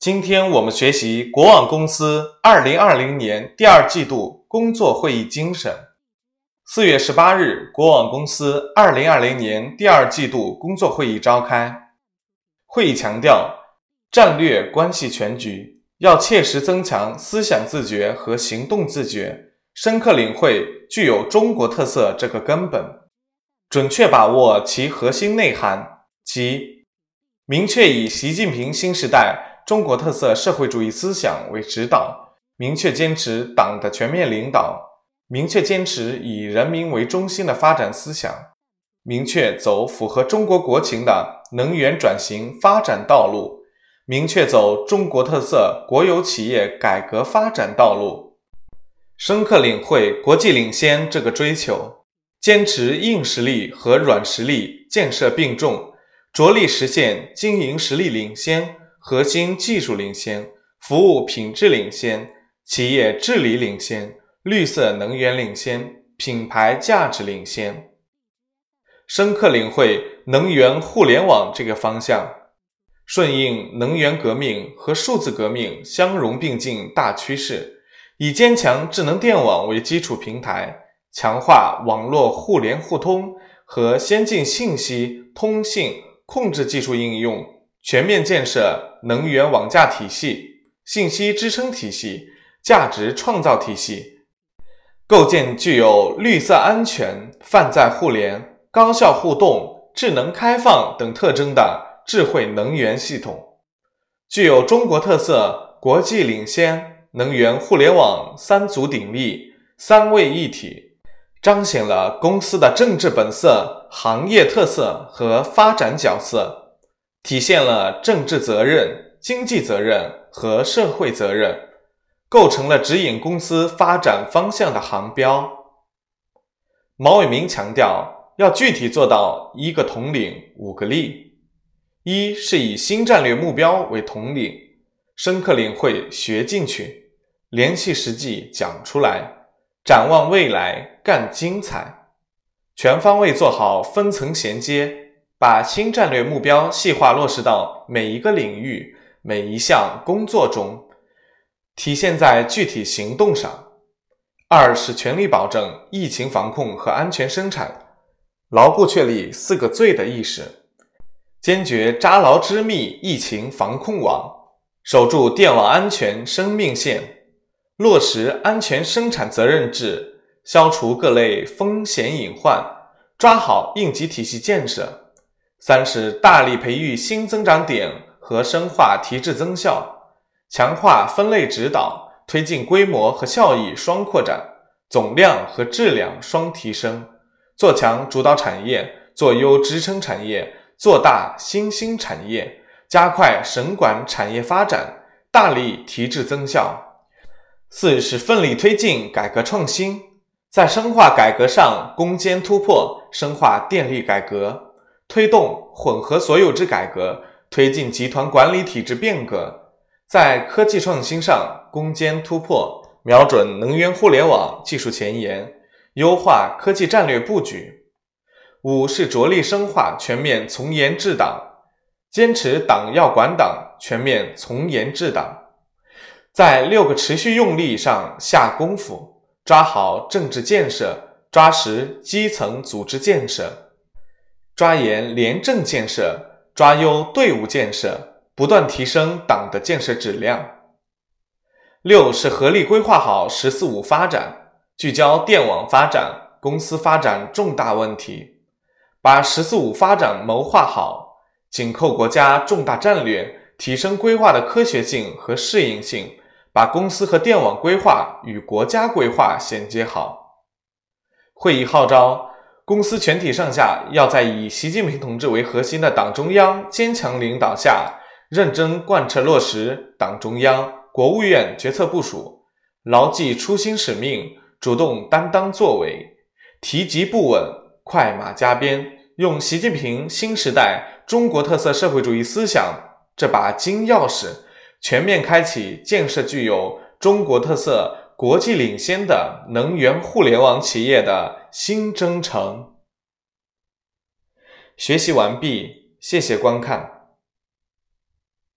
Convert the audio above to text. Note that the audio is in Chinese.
今天我们学习国网公司2020年第二季度工作会议精神。4月18日，国网公司2020年第二季度工作会议召开。会议强调，战略关系全局，要切实增强思想自觉和行动自觉，深刻领会具有中国特色这个根本，准确把握其核心内涵，即明确以习近平新时代中国特色社会主义思想为指导，明确坚持党的全面领导，明确坚持以人民为中心的发展思想，明确走符合中国国情的能源转型发展道路，明确走中国特色国有企业改革发展道路，深刻领会国际领先这个追求，坚持硬实力和软实力建设并重，着力实现经营实力领先、核心技术领先、服务品质领先、企业治理领先、绿色能源领先、品牌价值领先。深刻领会能源互联网这个方向，顺应能源革命和数字革命相容并进大趋势，以坚强智能电网为基础平台，强化网络互联互通和先进信息、通信、控制技术应用，全面建设能源网架体系、信息支撑体系、价值创造体系，构建具有绿色安全、泛在互联、高效互动、智能开放等特征的智慧能源系统，具有中国特色、国际领先、能源互联网三足鼎立、三位一体，彰显了公司的政治本色、行业特色和发展角色，体现了政治责任、经济责任和社会责任，构成了指引公司发展方向的航标。毛伟民强调，要具体做到一个统领五个力。一是以新战略目标为统领，深刻领会学进去，联系实际讲出来，展望未来干精彩，全方位做好分层衔接，把新战略目标细化落实到每一个领域、每一项工作中，体现在具体行动上。二是全力保证疫情防控和安全生产，牢固确立四个最的意识，坚决扎牢织密疫情防控网，守住电网安全生命线，落实安全生产责任制，消除各类风险隐患，抓好应急体系建设。三是大力培育新增长点和深化提质增效，强化分类指导，推进规模和效益双扩展，总量和质量双提升，做强主导产业，做优支撑产业，做大新兴产业，加快省管产业发展，大力提质增效。四是奋力推进改革创新，在深化改革上攻坚突破，深化电力改革，推动混合所有制改革，推进集团管理体制变革，在科技创新上攻坚突破，瞄准能源互联网技术前沿，优化科技战略布局。五是着力深化全面从严治党，坚持党要管党，全面从严治党，在6个持续用力上下功夫，抓好政治建设，抓实基层组织建设，抓严廉政建设，抓优队伍建设，不断提升党的建设质量。6是合力规划好“十四五”发展，聚焦电网发展、公司发展重大问题，把“十四五”发展谋划好，紧扣国家重大战略，提升规划的科学性和适应性，把公司和电网规划与国家规划衔接好。会议号召公司全体上下要在以习近平同志为核心的党中央坚强领导下，认真贯彻落实党中央、国务院决策部署，牢记初心使命，主动担当作为，提及不稳，快马加鞭，用习近平新时代中国特色社会主义思想这把金钥匙，全面开启建设具有中国特色、国际领先的能源互联网企业的新征程。学习完毕，谢谢观看。